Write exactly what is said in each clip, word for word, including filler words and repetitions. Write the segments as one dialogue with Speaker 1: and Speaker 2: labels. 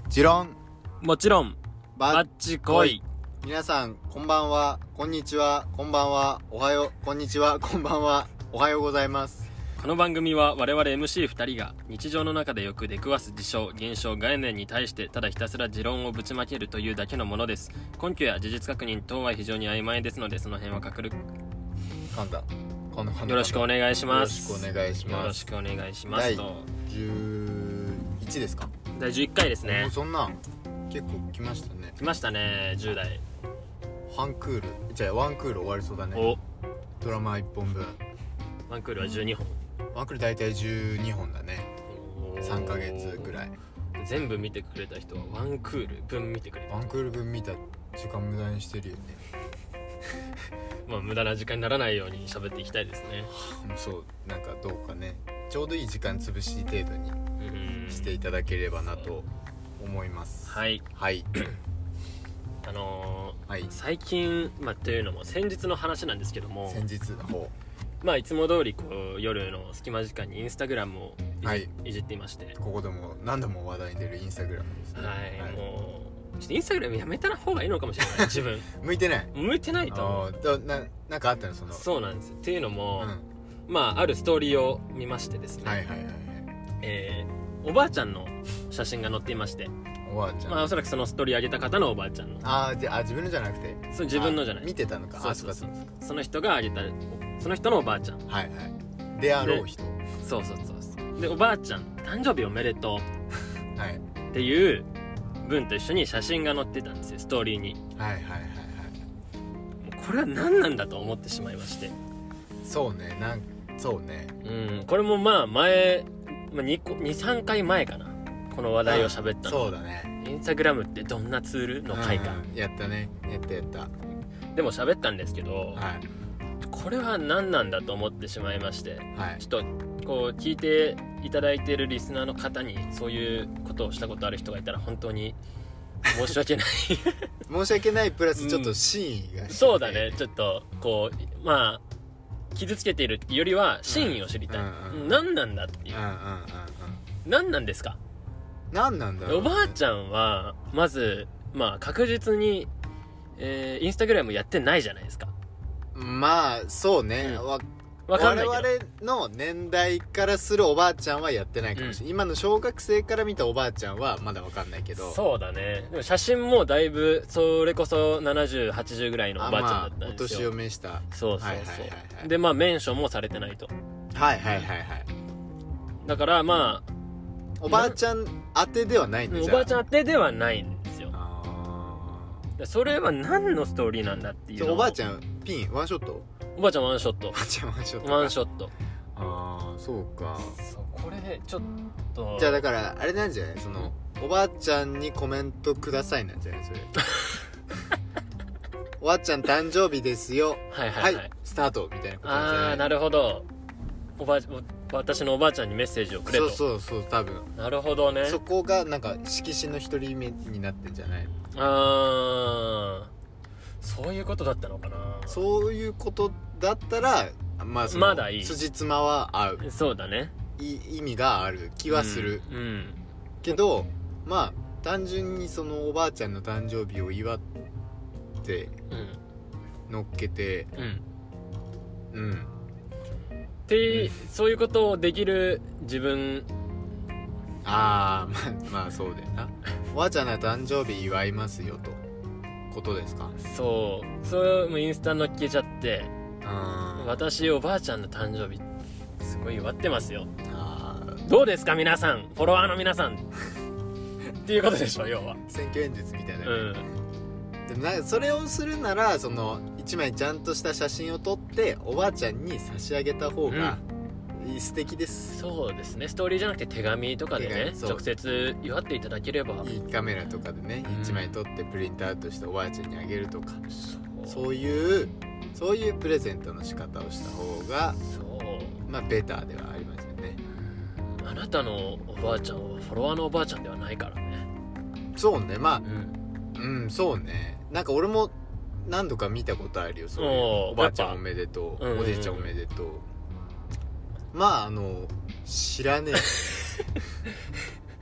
Speaker 1: 持論
Speaker 2: もちろん
Speaker 1: バ
Speaker 2: バッチコイ。
Speaker 1: 皆さんこんばんは、こんにちは、こんばんは、おはよう、こんにちは、こんばんは、おはようございます。
Speaker 2: この番組は我々 エムシーふたりが日常の中でよく出くわす事象、現象、概念に対してただひたすら持論をぶちまけるというだけのものです。根拠や事実確認等は非常に曖昧ですので、その辺は隠る
Speaker 1: 噛んだこの
Speaker 2: よろしくお願いします。
Speaker 1: よろしくお願いします。
Speaker 2: よろしくお願いしますと。
Speaker 1: じゅういちですか？
Speaker 2: だいじゅういっかいですね。
Speaker 1: もうそんな結構来ましたね。
Speaker 2: 来ましたね。じゅう代
Speaker 1: 半クールじゃあワンクール終わりそうだね。
Speaker 2: お
Speaker 1: ドラマいっぽんぶん。
Speaker 2: ワンクールはじゅうにほん。
Speaker 1: ワンクール大体じゅうにほんだね。さんかげつぐらい。
Speaker 2: 全部見てくれた人はワンクール分見てくれた。
Speaker 1: ワンクール分見た時間無駄にしてるよね。
Speaker 2: まあ無駄な時間にならないように喋っていきたいですね。
Speaker 1: そうなんかどうかね、ちょうどいい時間潰し程度にしていただければなと思います。
Speaker 2: はい
Speaker 1: はい
Speaker 2: あのー
Speaker 1: はい、
Speaker 2: 最近、まあ、というのも先日の話なんですけども、
Speaker 1: 先日の方、
Speaker 2: まあいつも通りこう夜の隙間時間にインスタグラムをいじ,、
Speaker 1: はい、
Speaker 2: いじっていまして、
Speaker 1: ここでも何度も話題に出るインスタグラムですね。
Speaker 2: はい、
Speaker 1: はい、
Speaker 2: もうちょっとインスタグラムやめた方がいいのかもしれない自分
Speaker 1: 向いてない
Speaker 2: 向いてないと思う。
Speaker 1: あななんかあったのその
Speaker 2: そうなんですよ。っていうのも、
Speaker 1: うん、
Speaker 2: まああるストーリーを見ましてですね、
Speaker 1: はいはいはいはい、
Speaker 2: えー、おばあちゃんの写真が載っていまして、
Speaker 1: おばあちゃん、
Speaker 2: まあおそらくそのストーリー上げた方のおばあちゃんの、
Speaker 1: あーじゃあ自分のじゃなくて、
Speaker 2: そう自分のじゃない、
Speaker 1: 見てたのか。
Speaker 2: そうそうそう、
Speaker 1: あそうかそうか、
Speaker 2: その人が上げたその人のおばあちゃん、
Speaker 1: はいはい、であろう人、
Speaker 2: そうそうそうそうで、おばあちゃん誕生日おめでとう
Speaker 1: はい
Speaker 2: っていう文と一緒に写真が載ってたんですよ、ストーリーに。
Speaker 1: はいはいはいはい、
Speaker 2: もうこれは何なんだと思ってしまいまして。
Speaker 1: そうね、なんそうね、
Speaker 2: うん、これもまあ前、まあ、にさんかいまえかな、この話題を喋ったの。
Speaker 1: そうだね、
Speaker 2: インスタグラムってどんなツールの回か、
Speaker 1: うん、やったね、やったやった、
Speaker 2: でも喋ったんですけど、
Speaker 1: はい、
Speaker 2: これは何なんだと思ってしまいまして、
Speaker 1: はい、
Speaker 2: ちょっとこう聞いていただいているリスナーの方にそういうことをしたことある人がいたら本当に申し訳ない
Speaker 1: 申し訳ないプラスちょっと真意が、
Speaker 2: うん、そうだね、ちょっとこうまあ傷つけているっていうよりは真意を知りたい、うんうんうん、何なんだっていう、うんうんうんうん、何なんですか、
Speaker 1: 何なんだろう、ね、
Speaker 2: おばあちゃんはまずまあ確実に、えー、インスタグラムやってないじゃないですか。
Speaker 1: まあそうね、うん、わ
Speaker 2: わかんないけど
Speaker 1: 我々の年代からするおばあちゃんはやってないかもしれない、うん、今の小学生から見たおばあちゃんはまだわかんないけど。
Speaker 2: そうだね。でも写真もだいぶそれこそななじゅう、はちじゅうぐらいのおばあちゃんだったんですよ。
Speaker 1: まあ、お年を召した。
Speaker 2: そうそうそう、はいはいはいはい、でまあメンションもされてないと。
Speaker 1: はいはいはいはい、
Speaker 2: だからまあ
Speaker 1: おばあちゃん当てではないんだ、
Speaker 2: おばあちゃん当てではないんですよ。それは何のストーリーなんだっていうの。
Speaker 1: おばあちゃんピンワンショット、
Speaker 2: おばあちゃんワンショット、
Speaker 1: おばあちゃんワンショット
Speaker 2: ワンショット。
Speaker 1: ああそうか。
Speaker 2: そうこれちょっと
Speaker 1: じゃあだからあれなんじゃない、そのおばあちゃんにコメントくださいなんじゃないそれおばあちゃん誕生日ですよ、
Speaker 2: はいはいはい、はい、
Speaker 1: スタートみたいなことなんじゃない。
Speaker 2: ああなるほど、おば私のおばあちゃんにメッセージをくれと。
Speaker 1: そうそうそう、多分
Speaker 2: なるほどね。
Speaker 1: そこがなんか色紙の一人目になってんじゃないの。
Speaker 2: ああそういうことだったのかな。
Speaker 1: そういうことだったらまあその
Speaker 2: まだいい、
Speaker 1: 辻褄は合う、
Speaker 2: そうだね、
Speaker 1: い意味がある気はする、
Speaker 2: うん、うん、
Speaker 1: けどまあ単純にそのおばあちゃんの誕生日を祝って乗っけて
Speaker 2: うん、
Speaker 1: うん、
Speaker 2: って、うん、そういうことをできる自分、
Speaker 1: ああまあまあそうだよなおばあちゃんの誕生日祝いますよとことですか。
Speaker 2: そうそうインスタ乗っけちゃって、
Speaker 1: うん、
Speaker 2: 私おばあちゃんの誕生日すごい祝ってますよ、あどうですか皆さん、フォロワーの皆さんっていうことでしょ、要は
Speaker 1: 選挙演説みたいな、ね、
Speaker 2: うん、
Speaker 1: でもなんかそれをするならその一枚ちゃんとした写真を撮っておばあちゃんに差し上げた方が、うん、素敵です。
Speaker 2: そうですね、ストーリーじゃなくて手紙とかでね直接祝っていただければ、
Speaker 1: いいカメラとかでね、うん、一枚撮ってプリントアウトしておばあちゃんにあげるとか、そう、そういうそういうプレゼントの仕方をした方が、そうまあベターではありますよね。
Speaker 2: あなたのおばあちゃんはフォロワーのおばあちゃんではないからね。
Speaker 1: そうね、まあ
Speaker 2: うん、
Speaker 1: うん、そうね、なんか俺も何度か見たことあるよ、そういうおばあちゃんおめでとう、うんうんうん、おじいちゃんおめでとう、まああの知らねえ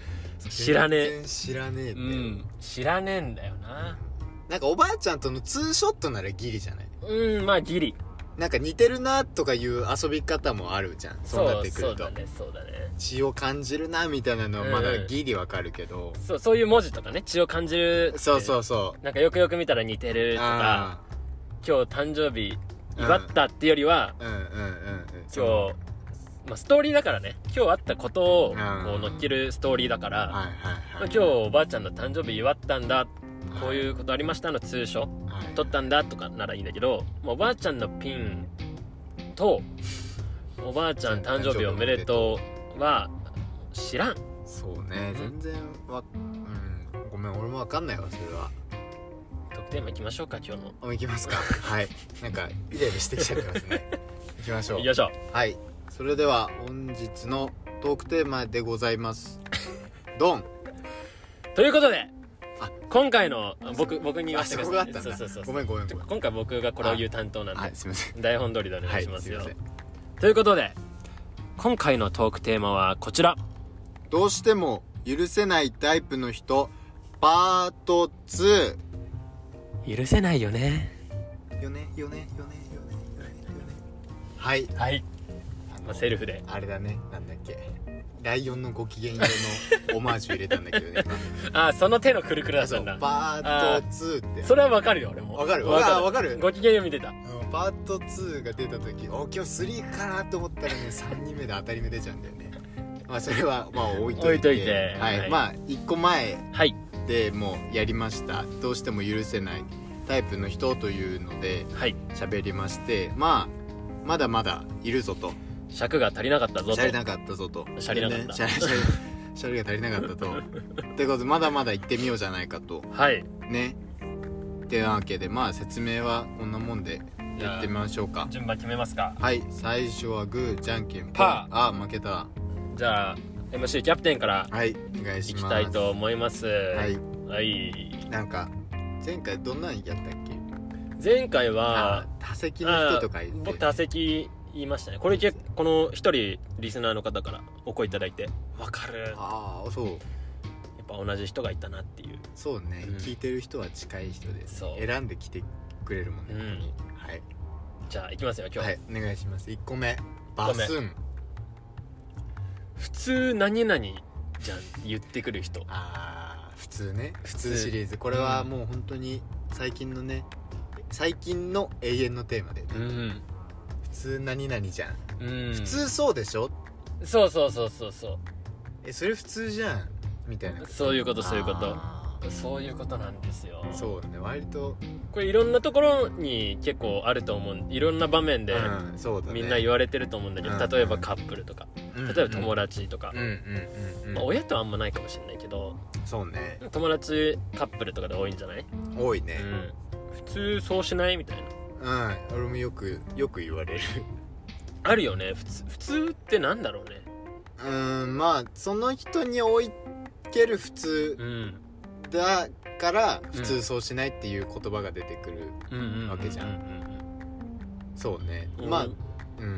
Speaker 2: 知らねえ
Speaker 1: 全然知らねえんだよ、
Speaker 2: うん、知らねえんだよな。
Speaker 1: なんかおばあちゃんとのツーショットならギリじゃない？
Speaker 2: うん、まあギリ。
Speaker 1: なんか似てるなとかいう遊び方もあるじゃん。そうなってくると
Speaker 2: そうそうだねそうだね。
Speaker 1: 血を感じるなみたいなのはまだギリわかるけど、
Speaker 2: うん、そうそういう文字とかね、血を感じる。
Speaker 1: そうそうそう。
Speaker 2: なんかよくよく見たら似てるとか、今日誕生日祝ったってよりは、
Speaker 1: うん、うんうんうん
Speaker 2: 今日、まあ、ストーリーだからね、今日あったことをこう載っけるストーリーだから、はいはいはい、まあ、今日おばあちゃんの誕生日祝ったんだ、こういうことありましたの通所、はい、撮ったんだとかならいいんだけど、まあ、おばあちゃんのピンとおばあちゃん誕生日おめでとうは知らん。
Speaker 1: そうね、全然わ、うん、ごめん俺もわかんないわそれは。
Speaker 2: トークテーマいきましょうか今日の。
Speaker 1: お、いきますかはいなんかイライラしてきちゃってますねいきましょう。
Speaker 2: いきましょ
Speaker 1: う。はい、それでは本日のトークテーマでございますドン
Speaker 2: ということで、あ、今回の僕僕に言わせてください。
Speaker 1: あ、そこがあったんだ。
Speaker 2: そうそうそう、
Speaker 1: ごめんごめんごめん。
Speaker 2: 今回僕がこれを言う担当なんで、
Speaker 1: はい、すいません。
Speaker 2: 台本通りでお願いしますよ、
Speaker 1: はい、すいません。
Speaker 2: ということで今回のトークテーマはこちら。
Speaker 1: どうしても許せないタイプの人パートツ
Speaker 2: ー。許せないよね
Speaker 1: よねよねよねよねよねよね。はい
Speaker 2: はい、まあ、セルフで
Speaker 1: あれだね、なんだっけ、ライオンのご機嫌用のオマージュ入れたんだけどね
Speaker 2: あ、その手のくるくるだったんだ。
Speaker 1: パートツーって
Speaker 2: それはわかるよ俺も。
Speaker 1: わかるわかるわかる。
Speaker 2: ご機嫌よ見てた。
Speaker 1: パートツーが出た時、お今日スリーかなと思ったらねさんにんめで当たり目出ちゃうんだよね。まあそれはまあ置いといて、
Speaker 2: 置いといて、
Speaker 1: はい、はい、まあいっこまえでもうやりました、はい、どうしても許せないタイプの人というので喋りまして、はい、まあまだまだいるぞと、
Speaker 2: 尺が足りなかったぞと、
Speaker 1: 足りなかったぞと、
Speaker 2: 足りなかった、
Speaker 1: シャリシャリシャリが足りなかったとってことで、まだまだ行ってみようじゃないかと、はいね。ってわけでまあ説明はこんなもんでやってみましょうか。
Speaker 2: 順番決めますか。
Speaker 1: はい、最初はグーじゃんけんパー。あ、負けた。
Speaker 2: じゃあ エムシー キャプテンから
Speaker 1: はいお願いします。
Speaker 2: いきたいと思います。はいはい。
Speaker 1: なんか前回どんなのやったっけ。
Speaker 2: 前回は
Speaker 1: 多席の人とか言って、
Speaker 2: 僕多席言いましたね。これ結この一人リスナーの方からお声いただいて、わかる。
Speaker 1: ああそう。やっ
Speaker 2: ぱ同じ人がいたなっていう。
Speaker 1: そうね、うん、聞いてる人は近い人で選んできてくれるもんね、うん、ここに。はい。
Speaker 2: じゃあいきますよ今日。
Speaker 1: はいお願いします。いっこめバスン。
Speaker 2: 普通何々じゃん言ってくる人。
Speaker 1: ああ普通ね、普通シリーズ。これはもう本当に最近のね、最近の永遠のテーマで、ね、うん、普通何々じゃん、うん、普通そうでしょ。
Speaker 2: そうそうそうそうそう。
Speaker 1: えそれ普通じゃんみたいな。
Speaker 2: そういうことそういうこと。そういうことなんですよ。
Speaker 1: そうね、割と
Speaker 2: これいろんなところに結構あると思う。いろんな場面で、うんそうだね、みんな言われてると思うんだけど、うん、例えばカップルとか、うん、例えば友達とか、うんうんうんまあ、親とはあんまないかもしれないけど、
Speaker 1: そうね、
Speaker 2: 友達カップルとかで多いんじゃない？
Speaker 1: 多いね、
Speaker 2: うん、普通そうしないみたい
Speaker 1: な。うん俺もよくよく言われる
Speaker 2: あるよね。普通普通ってなんだろうね。
Speaker 1: うーんまあその人に置いける普通、うんだから普通そうしないっていう言葉が出てくるわけじゃん。そうね、うん、まあ、うん、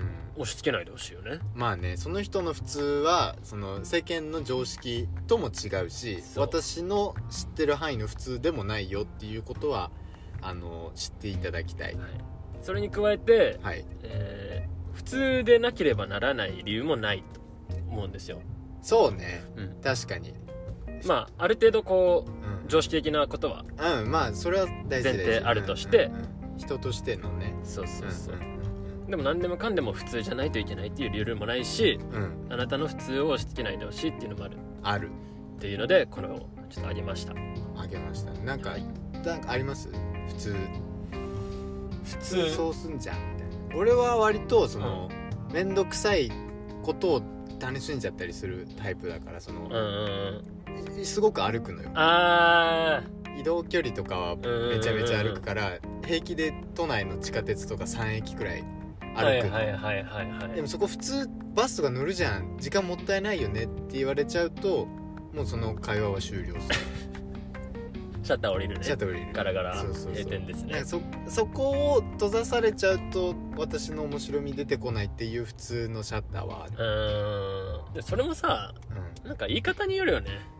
Speaker 2: 押し付けないでほしいよね。
Speaker 1: まあね、その人の普通はその世間の常識とも違うし、私の知ってる範囲の普通でもないよっていうことはあの知っていただきたい、はい、
Speaker 2: それに加えて、はいえー、普通でなければならない理由もないと思うんですよ。
Speaker 1: そうね、うん、確かに
Speaker 2: まあある程度こう、うん、常識的なことは
Speaker 1: うんまあそれは大事
Speaker 2: 前提あるとして、うん
Speaker 1: うんうん、人としてのね
Speaker 2: そうそうそう、うんうんうん、でも何でもかんでも普通じゃないといけないっていうルールもないし、うん、あなたの普通を押し付けないでほしいっていうのもある
Speaker 1: ある
Speaker 2: っていうのでこれをちょっとあげました
Speaker 1: あげましたなんか、はい、なんかあります普通普通そうすんじゃんみたいな。俺は割とその面倒、うん、くさいことを楽しんじゃったりするタイプだからその、うんうんうん、すごく歩くのよ。あ移動距離とかはめちゃめちゃ歩くから、うんうんうん、平気で都内の地下鉄とかさん駅くらい歩く、はいはいはいはいはい、でもそこ普通バスとか乗るじゃん時間もったいないよねって言われちゃうともうその会話は終了する
Speaker 2: シャッター降りるね。
Speaker 1: シャッター降りる
Speaker 2: ガラガラ閉店ですね。
Speaker 1: そ, そこを閉ざされちゃうと私の面白み出てこないっていう普通のシャッターはある。
Speaker 2: うーんでそれもさ、うん、なんか言い方によるよね。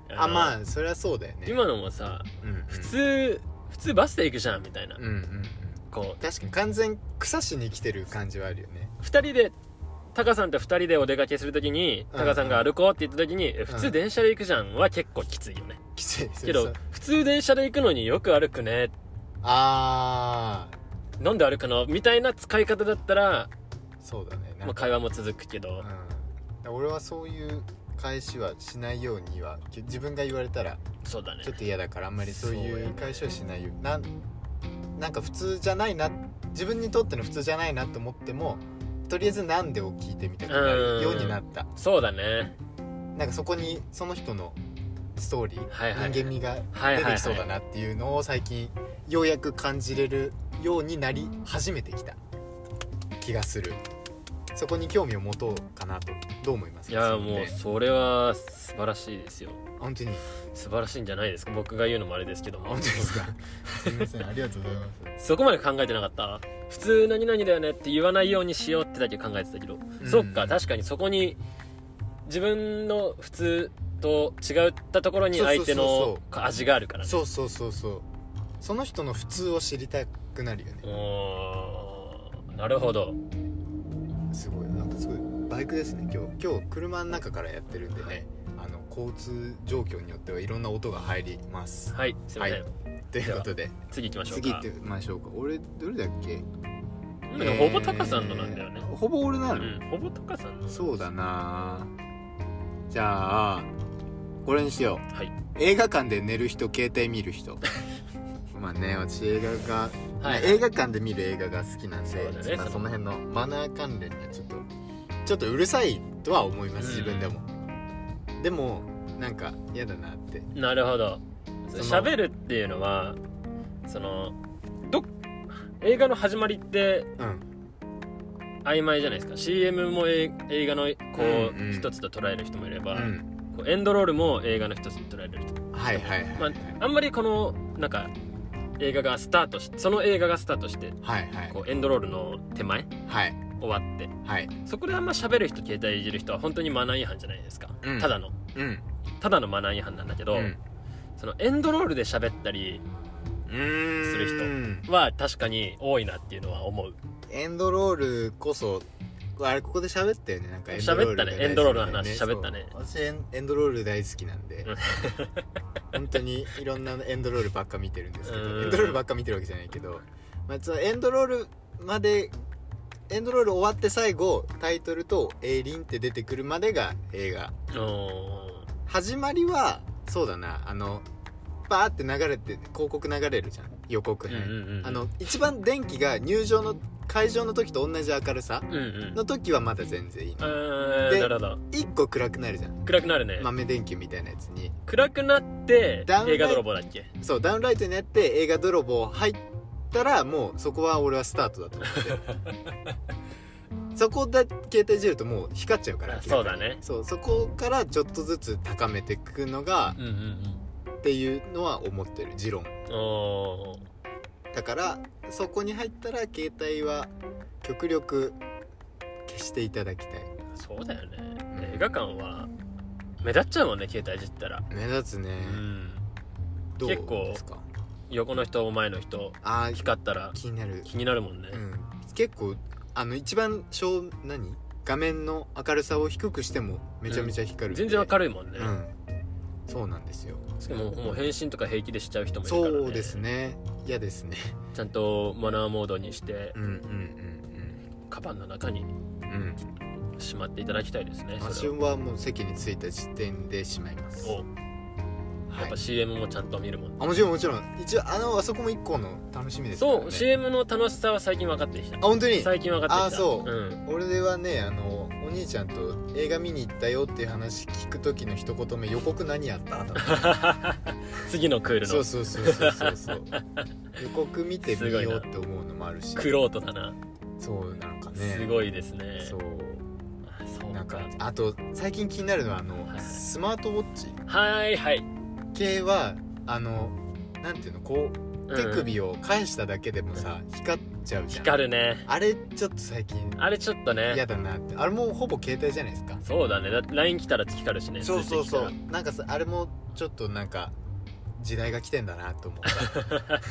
Speaker 1: あまあそりゃそうだよね。
Speaker 2: 今のもさ、うんうん、普通普通バスで行くじゃんみたいな、うんうんうん、こう
Speaker 1: 確かに完全草しに来てる感じはあるよね。
Speaker 2: ふたりでタカさんとふたりでお出かけするときに、タカさんが歩こうって言ったときに、うん、普通電車で行くじゃんは結構きついよね。
Speaker 1: きついです
Speaker 2: けど普通電車で行くのによく歩くね、
Speaker 1: あ
Speaker 2: ーなんで歩くのみたいな使い方だったら
Speaker 1: そうだね、
Speaker 2: まあ、会話も続くけど、
Speaker 1: うん、俺はそういう返しはしないようには、自分が言われたら
Speaker 2: そうだね
Speaker 1: ちょっと嫌だからあんまりそういう返しはしないよ。ななんか普通じゃないな、自分にとっての普通じゃないなと思ってもとりあえずなんでを聞いてみたくなるようになった。
Speaker 2: そうだね、
Speaker 1: なんかそこにその人のストーリー、
Speaker 2: はいはい、
Speaker 1: 人間味が出てきそうだなっていうのを最近ようやく感じれるようになり始めてきた気がする。そこに興味を持とうかなと。どう思いますか？
Speaker 2: いやもうそれは素晴らしいですよ。
Speaker 1: 本当に
Speaker 2: 素晴らしいんじゃないですか。僕が言うのもあれですけども。
Speaker 1: 本当ですか？すみません、ありがとうございます。
Speaker 2: そこまで考えてなかった。普通何々だよねって言わないようにしようってだけ考えてたけど、うん、そっか、確かにそこに自分の普通と違ったところに相手の味があるからね。
Speaker 1: そうそうそうそう、その人の普通を知りたくなるよね。
Speaker 2: おー、なるほど。
Speaker 1: すごい、なんかすごいバイクですね。今日今日車の中からやってるんでね、あの交通状況によってはいろんな音が入ります。
Speaker 2: はい、すいません、はい、
Speaker 1: ということで
Speaker 2: 次行きましょうか。
Speaker 1: 次行ってみましょうか。俺どれだっけ？
Speaker 2: なんかほぼタカさんのなんだよね、
Speaker 1: えー、ほぼ俺なの、
Speaker 2: うん、ほぼタカさんの。
Speaker 1: そうだな。じゃあこれにしよう、はい、映画館で寝る人、携帯見る人まあね、私映画が、はい、映画館で見る映画が好きなんで、そ, ね、まあ、その辺のマナー関連にはちょっとちょっとうるさいとは思います、自分でも。でもなんか嫌だなって。
Speaker 2: なるほど。喋るっていうのはそのど映画の始まりって、うん、曖昧じゃないですか。 シーエム も映画のこう、うんうん、一つと捉える人もいれば、うん、こうエンドロールも映画の一つと捉える人、
Speaker 1: はいはいはい、はい、ま
Speaker 2: あ、あんまりこのなんか映画がスタートして、その映画がスタートして、はいはい、こうエンドロールの手前、はい、終わって、はい、そこであんま喋る人、携帯いじる人は本当にマナー違反じゃないですか、うん、ただの、うん、ただのマナー違反なんだけど、うん、そのエンドロールで喋ったりする人は確かに多いなっていうのは思う。
Speaker 1: エンドロールこそあれここで喋ったよね。なんかエンドロール
Speaker 2: 喋ったね、エンドロールの話喋ったね。
Speaker 1: 私エン、エンドロール大好きなんで本当にいろんなエンドロールばっか見てるんですけど、エンドロールばっか見てるわけじゃないけど、まあ、そのエンドロールまでエンドロール終わって最後タイトルとエイリンって出てくるまでが映画。始まりはそうだな、あのバーって流れて広告流れるじゃん、予告編、うんうんうん、あの一番電気が入場の会場の時と同じ明るさの時はまだ全然いいの、うんうん、で一個暗くなるじゃん。
Speaker 2: 暗くなるね。
Speaker 1: 豆電球みたいなやつに
Speaker 2: 暗くなって映画泥棒だっけ。
Speaker 1: そうダウンライトになって映画泥棒入ったらもうそこは俺はスタートだと思ってそこで携帯いじるともう光っちゃうから。
Speaker 2: そうだね。
Speaker 1: そう、そこからちょっとずつ高めていくのが、うんうんうん、っていうのは思ってる持論。おだからそこに入ったら携帯は極力消していただきたい。
Speaker 2: そうだよね、うん、映画館は目立っちゃうもんね、携帯いじったら。
Speaker 1: 目立つね、うん、
Speaker 2: どうですか？結構横の人前の人光ったら
Speaker 1: 気になる
Speaker 2: 気になるもんね、うん、
Speaker 1: 結構あの一番小何画面の明るさを低くしてもめちゃめちゃ光る、うん、
Speaker 2: 全然明るいもんね、うん、
Speaker 1: そうなんですよ。
Speaker 2: でももう返信とか平気でしちゃう人もいるからね。
Speaker 1: そうですね、嫌ですね。
Speaker 2: ちゃんとマナーモードにして、うんうんうんうん、カバンの中にしまっていただきたいですね。
Speaker 1: 私はもう席に着いた時点でしまいます。お
Speaker 2: やっぱ シーエム もちゃんと見るもんね。
Speaker 1: あ、もちろんもちろん。一応あのあそこも一個の楽しみですからね。
Speaker 2: そう シーエム の楽しさは最近分かってきた。あ、
Speaker 1: 本当に
Speaker 2: 最近分かってきた。
Speaker 1: あ、そう、うん、俺はね、あのお兄ちゃんと映画見に行ったよっていう話聞く時の一言目、予告何やった
Speaker 2: 次のクールの。
Speaker 1: そうそうそうそうそうそう予告見てみようって思うのもあるし。
Speaker 2: クロートだな。
Speaker 1: そうなんかね、
Speaker 2: すごいですね。
Speaker 1: そうそうなんかあと最近気になるのはあの、はい、スマートウォッチ
Speaker 2: はいはい
Speaker 1: 系はあのなんていうの、こう手首を返しただけでもさ、うん、光っちゃうじゃん。
Speaker 2: 光るね。
Speaker 1: あれちょっと最近
Speaker 2: あれちょっとね
Speaker 1: 嫌だなって。あれもほぼ携帯じゃないですか。
Speaker 2: そうだね。だって ライン 来たら光るしね。
Speaker 1: そうそうそう
Speaker 2: 通知来
Speaker 1: なんかさあれもちょっとなんか時代が来てんだなと思った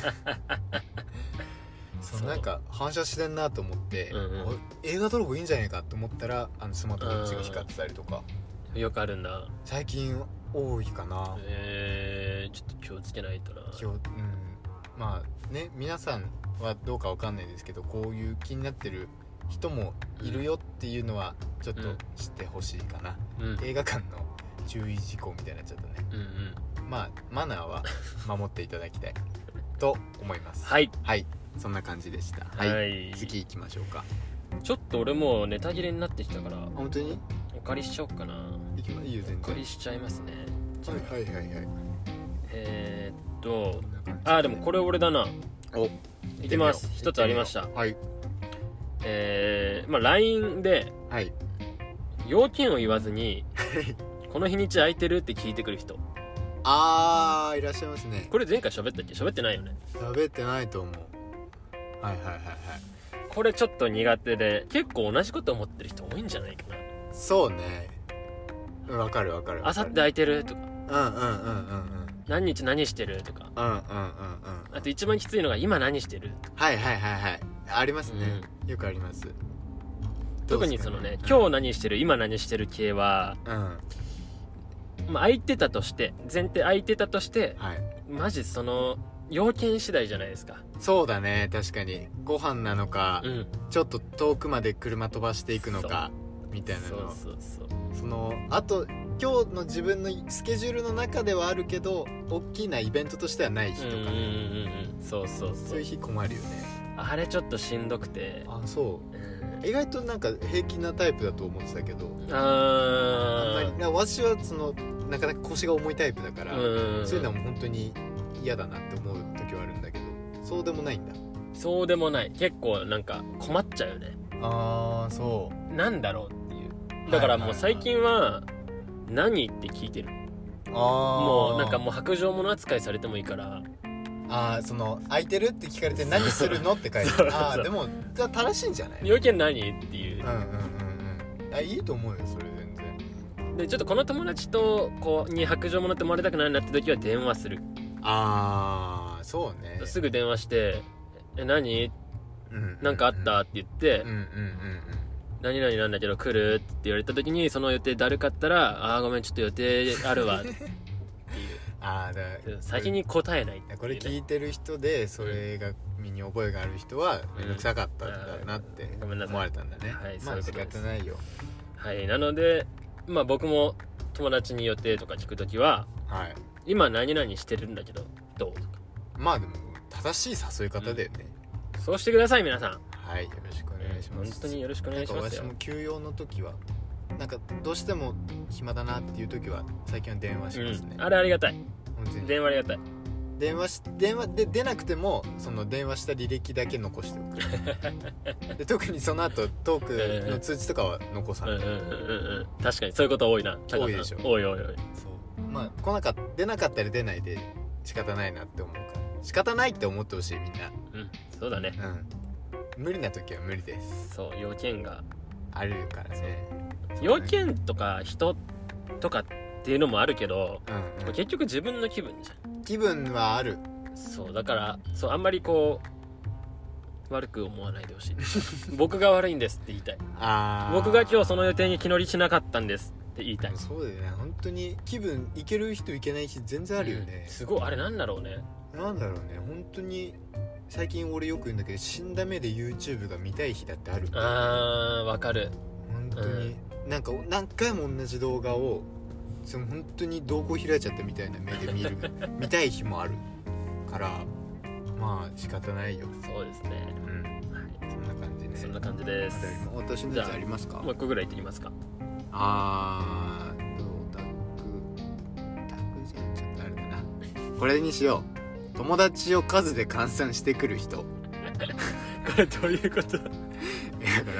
Speaker 1: そうなんか反射してんなと思って、
Speaker 2: うんうん、
Speaker 1: 映画撮る方がいいんじゃないかと思ったらあのスマートウォッチが光ってたりとか
Speaker 2: よくあるんだ。
Speaker 1: 最近多いかな。
Speaker 2: えー、ちょっと気をつけないとな。
Speaker 1: 気を、うん、まあね皆さんはどうかわかんないですけどこういう気になってる人もいるよっていうのはちょっと知ってほしいかな、うん、映画館の注意事項みたいになっちゃったね、うんうん、まあマナーは守っていただきたいと思います
Speaker 2: はい
Speaker 1: はいそんな感じでした。はい、はい、次行きましょうか。
Speaker 2: ちょっと俺もうネタ切れになってきたから
Speaker 1: 本当に
Speaker 2: お借りしちゃおうかな。
Speaker 1: いきまいいよ全然
Speaker 2: お借りしちゃいますね。
Speaker 1: はいはいはいはい。
Speaker 2: えー、っとあーでもこれ俺だな。
Speaker 1: お
Speaker 2: いきます。一つありました。
Speaker 1: はい
Speaker 2: えー、まあ ライン で、
Speaker 1: はい、
Speaker 2: 要件を言わずにこの日にち空いてるって聞いてくる人。
Speaker 1: あーいらっしゃいますね。
Speaker 2: これ前回喋ったっけ？喋ってないよね。
Speaker 1: 喋ってないと思う。はいはいはいはい。
Speaker 2: これちょっと苦手で結構同じこと思ってる人多いんじゃないかな。
Speaker 1: そうねわかるわかる。
Speaker 2: あさって空いてるとか
Speaker 1: うんうんうんうんうん
Speaker 2: 何日何してるとか
Speaker 1: うんうんうんうん
Speaker 2: あと一番きついのが今何してる
Speaker 1: はいはいはいはいありますね、うん、よくあります。
Speaker 2: 特にそのね、うん、今日何してる今何してる系は、うんまあ、空いてたとして前提空いてたとして、はい、マジその要件次第じゃないですか。
Speaker 1: そうだね確かにご飯なのか、うん、ちょっと遠くまで車飛ばしていくのかみたいなのそうそうそうそのあと今日の自分のスケジュールの中ではあるけど大きなイベントとしてはない日とかね、うんうんうん、そうそうそうそういう日困るよね。あ
Speaker 2: れちょっとしんどくて。
Speaker 1: あそう、うん、意外となんか平気なタイプだと思ってたけどあ
Speaker 2: あ
Speaker 1: んまり私はそのなかなか腰が重いタイプだから、うんうんうん、そういうのはもう本当に嫌だなって思う時はあるんだけどそうでもないんだ。
Speaker 2: そうでもない。結構なんか困っちゃうよね。
Speaker 1: ああそう
Speaker 2: なんだろうっていう。だからもう最近は何って聞いてる。あもうなんかもう白状物扱いされてもいいから。
Speaker 1: ああその空いてるって聞かれて何するのって書いてるああでもじゃあ正しいんじゃない？
Speaker 2: 要件何っていう。
Speaker 1: うんうんうんうんあいいと思うよそれ全然。
Speaker 2: でちょっとこの友達とこうに白状物って思われたくないなって時は電話する。
Speaker 1: ああそうね。
Speaker 2: すぐ電話してえ何、うんうんうん、なんかあったって言って、うんうんうんうん、何々なんだけど来るって言われた時にその予定だるかったらあーごめんちょっと予定あるわっていう
Speaker 1: あだ
Speaker 2: 先に答えないっていう、
Speaker 1: ね、これ聞いてる人でそれが身に覚えがある人はめんどくさかったんだなって思われたんだね、
Speaker 2: はい、
Speaker 1: まあ仕方ないよ。
Speaker 2: はいなのでまあ僕も友達に予定とか聞くときは、はい、今何々してるんだけどどうとか
Speaker 1: まあでも正しい誘い方だよね、
Speaker 2: うん、そうしてください皆さん。
Speaker 1: はいよろしくお願いします。
Speaker 2: 本当によろしくお願いしますよ。
Speaker 1: なんか私も休養の時はなんかどうしても暇だなっていう時は最近は電話しますね、
Speaker 2: うん、あれありがたい。
Speaker 1: 本当に
Speaker 2: 電話ありがたい。
Speaker 1: 電話し電話で出なくてもその電話した履歴だけ残しておくで特にその後トークの通知とかは残さない、うんうんうんうん、
Speaker 2: 確かにそういうこと多いな。
Speaker 1: 多いでしょ。
Speaker 2: 多い多い多い。
Speaker 1: そうまあ来なかった出なかったら出ないで仕方ないなって思うから仕方ないって思ってほしいみんな。
Speaker 2: うんそうだね、
Speaker 1: うん、無理な時は無理です。
Speaker 2: そう要件が
Speaker 1: あるからね。
Speaker 2: 要件とか人とかっていうのもあるけど、うんうん、結局自分の気分じゃん。
Speaker 1: 気分はある。
Speaker 2: そうだからそうあんまりこう悪く思わないでほしい僕が悪いんですって言いたい。あ僕が今日その予定に気乗りしなかったんですって言いたい。
Speaker 1: そうだよね本当に気分いける人いけない日全然あるよね、
Speaker 2: うん、すごいあれなんだろうね。
Speaker 1: なんだろうね本当に最近俺よく言うんだけど死んだ目で YouTube が見たい日だってある。
Speaker 2: あーわかる
Speaker 1: 本当に、うん、なんか何回も同じ動画をその本当に瞳孔開いちゃったみたいな目で見る見たい日もあるからまあ仕方ないよ。
Speaker 2: そうですね、うん、
Speaker 1: はい、そんな感じね。
Speaker 2: そんな感じです。
Speaker 1: 私のやつありますか？
Speaker 2: もう一個ぐらい言ってきますか。
Speaker 1: あーどうタクタクじゃんちょっとあれだなこれにしよう。友達を数で換算してくる人こ
Speaker 2: れどういうことだから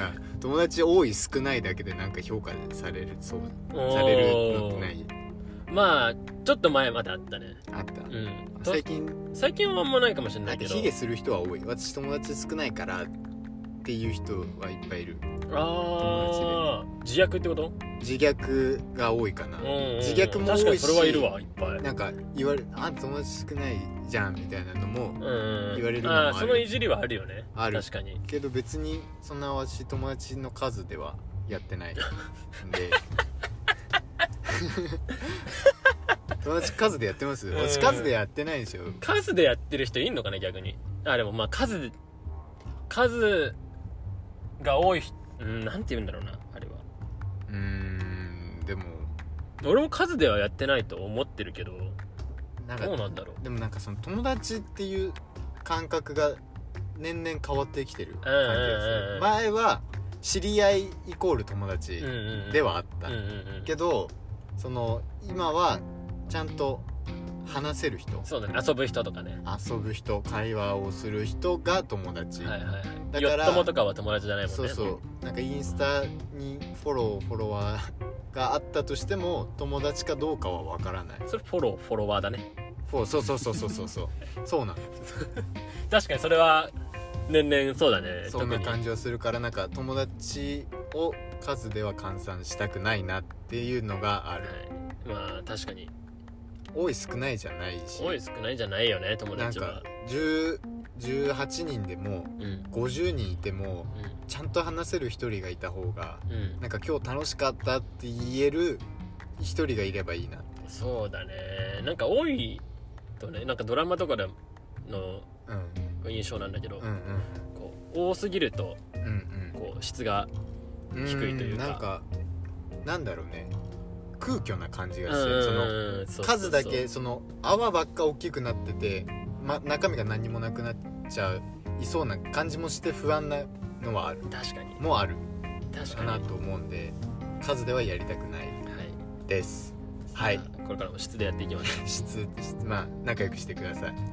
Speaker 1: 友達多い少ないだけでなんか評価されるそうされるのってない？
Speaker 2: まあちょっと前まであったね。
Speaker 1: あった、
Speaker 2: うん、
Speaker 1: 最近
Speaker 2: 最近はあんまないかもしれな
Speaker 1: ないんか
Speaker 2: けど、
Speaker 1: 卑下する人は多い。私友達少ないからっていう人はいっぱいいる。
Speaker 2: ああ自虐ってこと？
Speaker 1: 自虐が多いかな、
Speaker 2: うんうんうん、
Speaker 1: 自虐も多いし、
Speaker 2: 確かにそれはいるわいっぱい。
Speaker 1: なんか言われあんた友達少ないじゃんみたいなのも言われるのもある。
Speaker 2: あそのいじりはあるよね。
Speaker 1: ある
Speaker 2: 確かに。
Speaker 1: けど別にそんな私友達の数ではやってないんで友達数でやってます？私数でやってないんですよ。
Speaker 2: 数でやってる人いんのかね逆に。あでもまあ数で数が多い、うん、なんて言うんだろうなあれは。
Speaker 1: うーんでも
Speaker 2: 俺も数ではやってないと思ってるけど、
Speaker 1: なんか
Speaker 2: どうなんだろう。
Speaker 1: でもなんかその友達っていう感覚が年々変わってきてる感じですね。前は知り合いイコール友達ではあった、うんうんうん、けどその今はちゃんと話せる人、
Speaker 2: そうだね、遊ぶ人とかね、
Speaker 1: 遊ぶ人、会話をする人が友達、
Speaker 2: はいはいはい、
Speaker 1: だから
Speaker 2: よっともとかは友達じゃないもんね。
Speaker 1: そうそうなんかインスタにフォローフォロワーがあったとしても友達かどうかは分からない。
Speaker 2: それフォローフォロワーだね。
Speaker 1: そうそうそうそうそうそうそうそうなの
Speaker 2: 確かにそれは年々そうだね。
Speaker 1: そんな感じはするから、なんか友達を数では換算したくないなっていうのがある、
Speaker 2: はい、まあ確かに
Speaker 1: 多い少ないじゃないし、
Speaker 2: 多い少ないじゃないよね友達は。
Speaker 1: なんかじゅう、じゅうはちにんでも、うん、ごじゅうにんいても、うん、ちゃんと話せるひとりがいた方が、うん、なんか今日楽しかったって言えるひとりがいればいいなって。そうだね。
Speaker 2: なんか多いとね、なんかドラマとかでの印象なんだけど、うんうんうん、こう多すぎると、うんうん、こう質が低いというか、
Speaker 1: なんかなんだろうね、空虚な感じがして、その数だけその泡ばっか大きくなってて、ま、中身が何もなくなっちゃいそうな感じもして不安なのはある。
Speaker 2: 確かに
Speaker 1: もうある
Speaker 2: 確
Speaker 1: かなと思うんで、数ではやりたくないです、はい、はい、
Speaker 2: これからも質でやっていきます
Speaker 1: 質、質、まあ仲良くしてください、はい、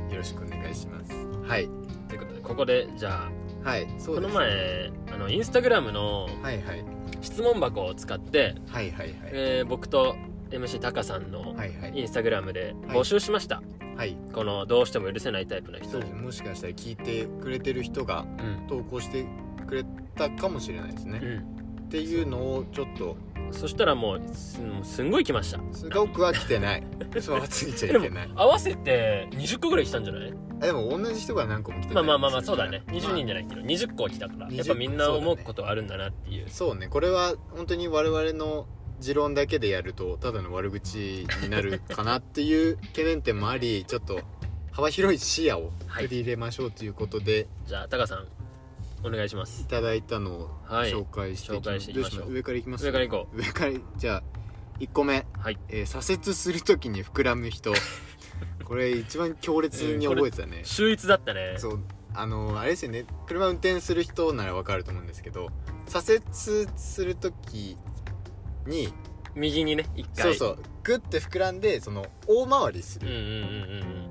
Speaker 1: よろしくお願いします。はい、
Speaker 2: ということでここでじゃあ、はい、そうですね、この前あのインスタグラムの質問箱を使って、はいはいはい、えー、僕と エムシー タカさんのインスタグラムで募集しました、はいはい、このどうしても許せないタイプの人、
Speaker 1: もしかしたら聞いてくれてる人が投稿してくれたかもしれないですね、うん、っていうのをちょっと、
Speaker 2: そしたらもう す, すんごい来ました。
Speaker 1: すごくは来てないそうはついちゃいけない。
Speaker 2: 合わせてにじゅっこぐらい来たんじゃない？
Speaker 1: でも同じ人が何個も来て
Speaker 2: ない。まあまあまあまあそうだね、にじゅうにんじゃないけど、まあ、にじゅっこは来たから、やっぱみんな思うことはあるんだなっていう。
Speaker 1: そうね、これは本当に我々の持論だけでやるとただの悪口になるかなっていう懸念点もあり、ちょっと幅広い視野を取り入れましょうということで、はい、
Speaker 2: じゃあタカさんお願いします。
Speaker 1: いただいたのを紹介していきま、はい、紹介していきましょう。上からいきます。
Speaker 2: 上からいこ
Speaker 1: う。上からじゃあいっこめ、はい、えー、左折するときに膨らむ人これ一番強烈に覚えてたね、
Speaker 2: えー、秀逸だったね。
Speaker 1: そうあのー、あれですよね、車運転する人ならわかると思うんですけど、左折するときに
Speaker 2: 右にね一回
Speaker 1: そうそうグッて膨らんでその大回りする、うんうんうんうん、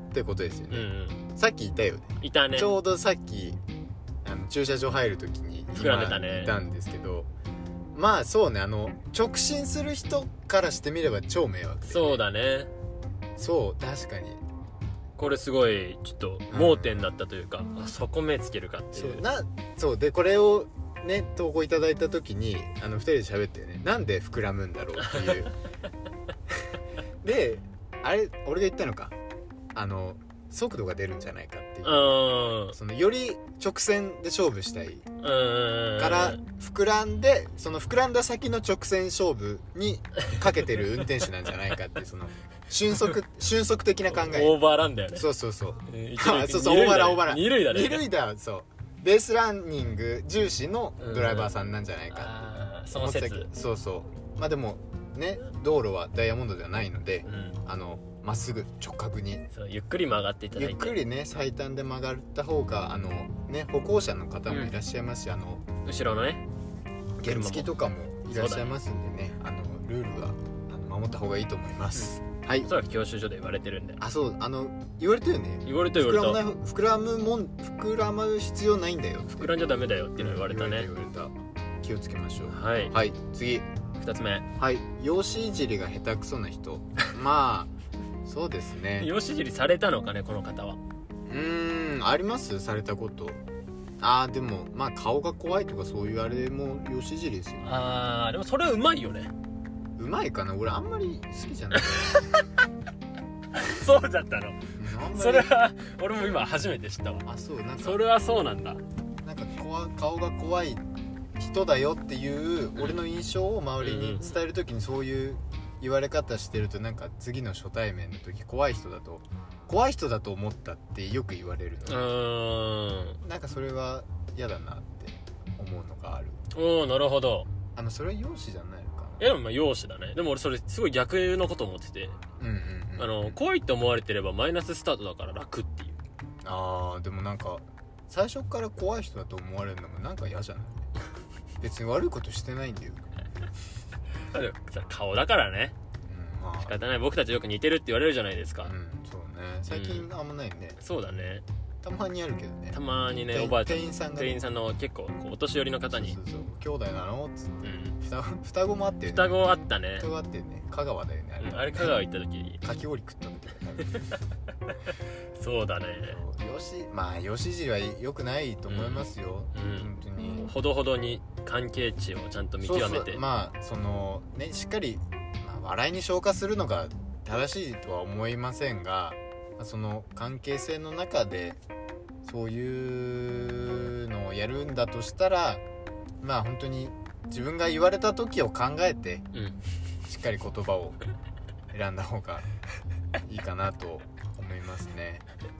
Speaker 1: ってことですよね、うんうん、さっきいたよね。
Speaker 2: いたね。
Speaker 1: ちょうどさっきあの駐車場入るときに
Speaker 2: 膨らんでたね。
Speaker 1: いたんですけど、まあそうね、あの直進する人からしてみれば超迷惑で、ね、
Speaker 2: そうだね。
Speaker 1: そう確かに
Speaker 2: これすごいちょっと盲点だったというか、うん、あそこ目つけるかっていう。
Speaker 1: そうなそうでこれをね投稿いただいた時にあのふたりで喋ってね、なんで膨らむんだろうっていうであれ俺が言ったのか、あの速度が出るんじゃないかっていう、そのより直線で勝負したいから膨らんで、その膨らんだ先の直線勝負にかけてる運転手なんじゃないかっていうその瞬足瞬足的な考え。
Speaker 2: オーバーランだよね。
Speaker 1: そうそうそう、
Speaker 2: え
Speaker 1: ー、そうそうオーバーランオーバーラン
Speaker 2: 二塁だね。
Speaker 1: 二塁だ。そうベースランニング重視のドライバーさんなんじゃないかって思ってたけど、そうそうまあでもね道路はダイヤモンドではないので、うん、あのまっすぐ直角に
Speaker 2: そうゆっくり曲がっていただいて、
Speaker 1: ゆっくりね最短で曲がった方があのね歩行者の方もいらっしゃいますし、うん、あの
Speaker 2: 後ろのね
Speaker 1: 原付とかもいらっしゃいますんで ね, ねあのルールはあの守った方がいいと思います、うん、はい。
Speaker 2: おそらく教習所で言われてるんで。
Speaker 1: あそうあの言われたよね。
Speaker 2: 言われた言われた。
Speaker 1: 膨らむもん膨らむ必要ないんだよ。
Speaker 2: 膨らんじゃダメだよっていうの言われたね。
Speaker 1: 言われた言われた。気をつけましょう。
Speaker 2: はい、
Speaker 1: はい、次
Speaker 2: 二ふたつめ、
Speaker 1: はい、容姿いじりが下手くそな人まあそうですね。
Speaker 2: 容姿いじりされたのかねこの方は。
Speaker 1: うーんありますされたこと。あーでもまあ顔が怖いとかそういうあれも容姿いじりですよ。
Speaker 2: あーでもそれはうまいよね。
Speaker 1: うまいかな、俺あんまり好きじゃない
Speaker 2: そうだったの。
Speaker 1: うん、
Speaker 2: それは俺も今初めて知ったわ。
Speaker 1: あそうなんか
Speaker 2: それはそうなんだ。
Speaker 1: なんか怖顔が怖い人だよっていう俺の印象を周りに伝えるときにそういう言われ方してると、なんか次の初対面の時怖い人だと怖い人だと思ったってよく言われるの。
Speaker 2: うーん
Speaker 1: なんかそれは嫌だなって思うのがある。
Speaker 2: おーなるほど。
Speaker 1: あのそれは容姿じゃないのかな。
Speaker 2: いやでもまあ容姿だね。でも俺それすごい逆のこと思ってて、
Speaker 1: うんうんうん、
Speaker 2: あの怖いって思われてればマイナススタートだから楽っていう。
Speaker 1: あーでもなんか最初から怖い人だと思われるのもなんか嫌じゃない別に悪いことしてないんだよ
Speaker 2: でもさ顔だからね、
Speaker 1: うん、まあ
Speaker 2: 仕方ない。僕たちよく似てるって言われるじゃないですか。
Speaker 1: うんそうね最近あんまないね、
Speaker 2: そうだね。
Speaker 1: たまにあるけどね。
Speaker 2: たまにね
Speaker 1: 店
Speaker 2: おばあちゃん
Speaker 1: 店員さんがね
Speaker 2: 店員さんの結構こうお年寄りの方に、
Speaker 1: そうそうそう兄弟なのっつって
Speaker 2: うん、
Speaker 1: 双子双子もあって、ね、
Speaker 2: 双子あったね。
Speaker 1: 双子あってね香川だよねあれ、
Speaker 2: うんあれ香川行った時
Speaker 1: かき氷食った時だよ
Speaker 2: そうだね。
Speaker 1: よしまあよしじりは良くないと思いますよ、
Speaker 2: うん
Speaker 1: 本当に
Speaker 2: ほどほどに関係値をちゃんと見極めて。
Speaker 1: そうそうまあそのねしっかり、まあ、笑いに消化するのが正しいとは思いませんが、まあその関係性の中でそういうのをやるんだとしたらまあ本当に自分が言われた時を考えて、
Speaker 2: うん、
Speaker 1: しっかり言葉を選んだ方がいいかなと思いますね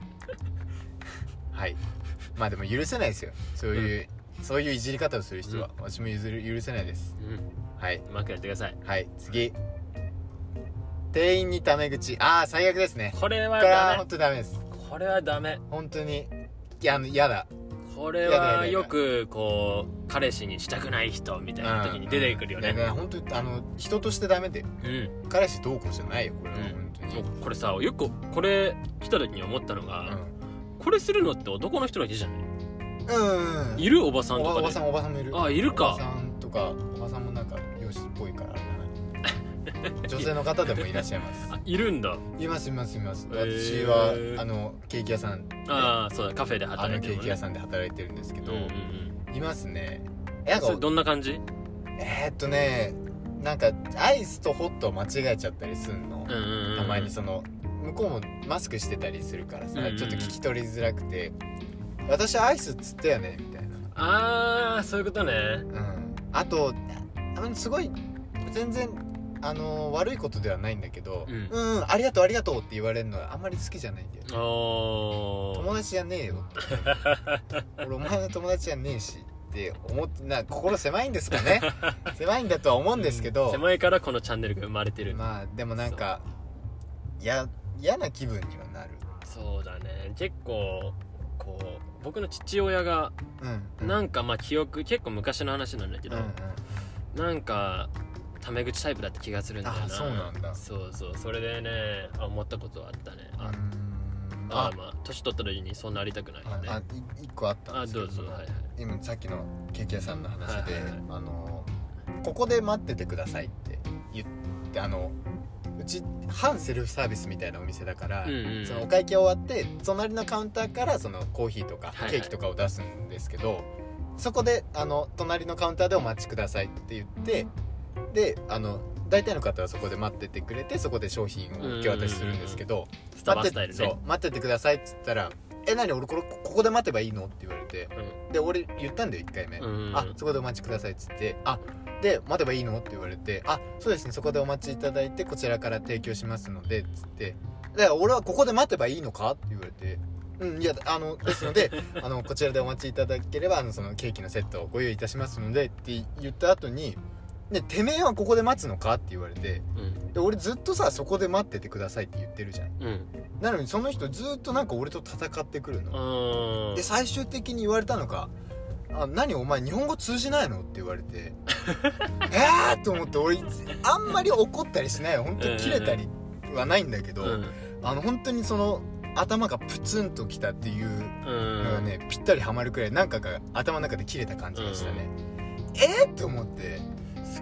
Speaker 1: はい。まあでも許せないですよそういう、うん、そういういじり方をする人は、うん、私も譲る許せないです、うん、はい。う
Speaker 2: まくやってください。
Speaker 1: はい次、店員にタメ口。ああ最悪ですね。
Speaker 2: これは
Speaker 1: これは
Speaker 2: ダメ。
Speaker 1: 本当にダメです。
Speaker 2: これはダメ。
Speaker 1: 本当にいや嫌だ。
Speaker 2: これはよくこう彼氏にしたくない人みたいな時に出てくるよね。
Speaker 1: うんうん、いや本当にあの人としてダメで、
Speaker 2: うん、
Speaker 1: 彼氏どうこうじゃないよこれは、うん、本当に。
Speaker 2: これさよくこれ来た時に思ったのが、うん、これするのって男の人だけじゃない？うん、うん、いるおばさんとかで。
Speaker 1: おばさんおばさんもいる。
Speaker 2: あいるか。
Speaker 1: おばさんとかおばさんもなんか容姿っぽいからあれだな女性の方でもいらっしゃいます
Speaker 2: あいるんだ。
Speaker 1: いますいますいます。私はあのケーキ屋さん、
Speaker 2: ああそうだカフェで働いてる、ね、
Speaker 1: あのケーキ屋さんで働いてるんですけど、うんうんうん、いますね。
Speaker 2: なんかそれどんな感じ？
Speaker 1: えー、っとねなんかアイスとホットを間違えちゃったりすんの、うんうんうん、たまにその向こうもマスクしてたりするからさ、うんうん、ちょっと聞き取りづらくて私アイスっつったよねみたいな。
Speaker 2: あーそういうことね。
Speaker 1: うんあとあのすごい全然あのー、悪いことではないんだけど、うん、うんありがとうありがとうって言われるのはあんまり好きじゃないんだよ、ね、友達じゃねえよって俺お前の友達じゃねえしって思ってな心狭いんですかね狭いんだとは思うんですけど、
Speaker 2: うん、狭いからこのチャンネルが生まれてる。ま
Speaker 1: あでもなんかや嫌な気分にはなる。
Speaker 2: そうだね結構こう僕の父親が、うんうん、なんかまあ記憶結構昔の話なんだけど、うんうん、なんかタメ口タイプだった気がするんだよな。
Speaker 1: あそうなんだ。
Speaker 2: そうそうそれでね思ったことはあったね。ああまあ年取った時にそうなりたくないよね。
Speaker 1: ああ一個あったんですけど、
Speaker 2: あどうぞ、はいはい、
Speaker 1: 今さっきのケーキ屋さんの話で、はいはいはい、あのここで待っててくださいって言ってあのうち半セルフサービスみたいなお店だから、うんうん、そのお会計終わって隣のカウンターからそのコーヒーとかケーキとかを出すんですけど、はいはい、そこであの隣のカウンターでお待ちくださいって言ってであの大体の方はそこで待っててくれてそこで商品を受け渡しするんですけど、
Speaker 2: スタバスタイルね。
Speaker 1: そう待っててくださいっつったらえ何俺これここで待てばいいのって言われて、うん、で俺言ったんだよいっかいめ、うんうん、あそこでお待ちくださいっつってあで待てばいいのって言われてあそうですねそこでお待ちいただいてこちらから提供しますのでっつってで俺はここで待てばいいのかって言われてうんいやあのですのであのこちらでお待ちいただければあのそのケーキのセットをご用意いたしますのでって言った後にでてめえはここで待つのかって言われて、うん、で俺ずっとさそこで待っててくださいって言ってるじゃん、うん、なのにその人ずっとなんか俺と戦ってくるので最終的に言われたのがあ何お前日本語通じないのって言われてえーと思って俺あんまり怒ったりしないよ本当に切れたりはないんだけど、うん、あの本当にその頭がプツンときたっていうのがねぴったりハマるくらいなんかが頭の中で切れた感じがしたね、うん、えーって思って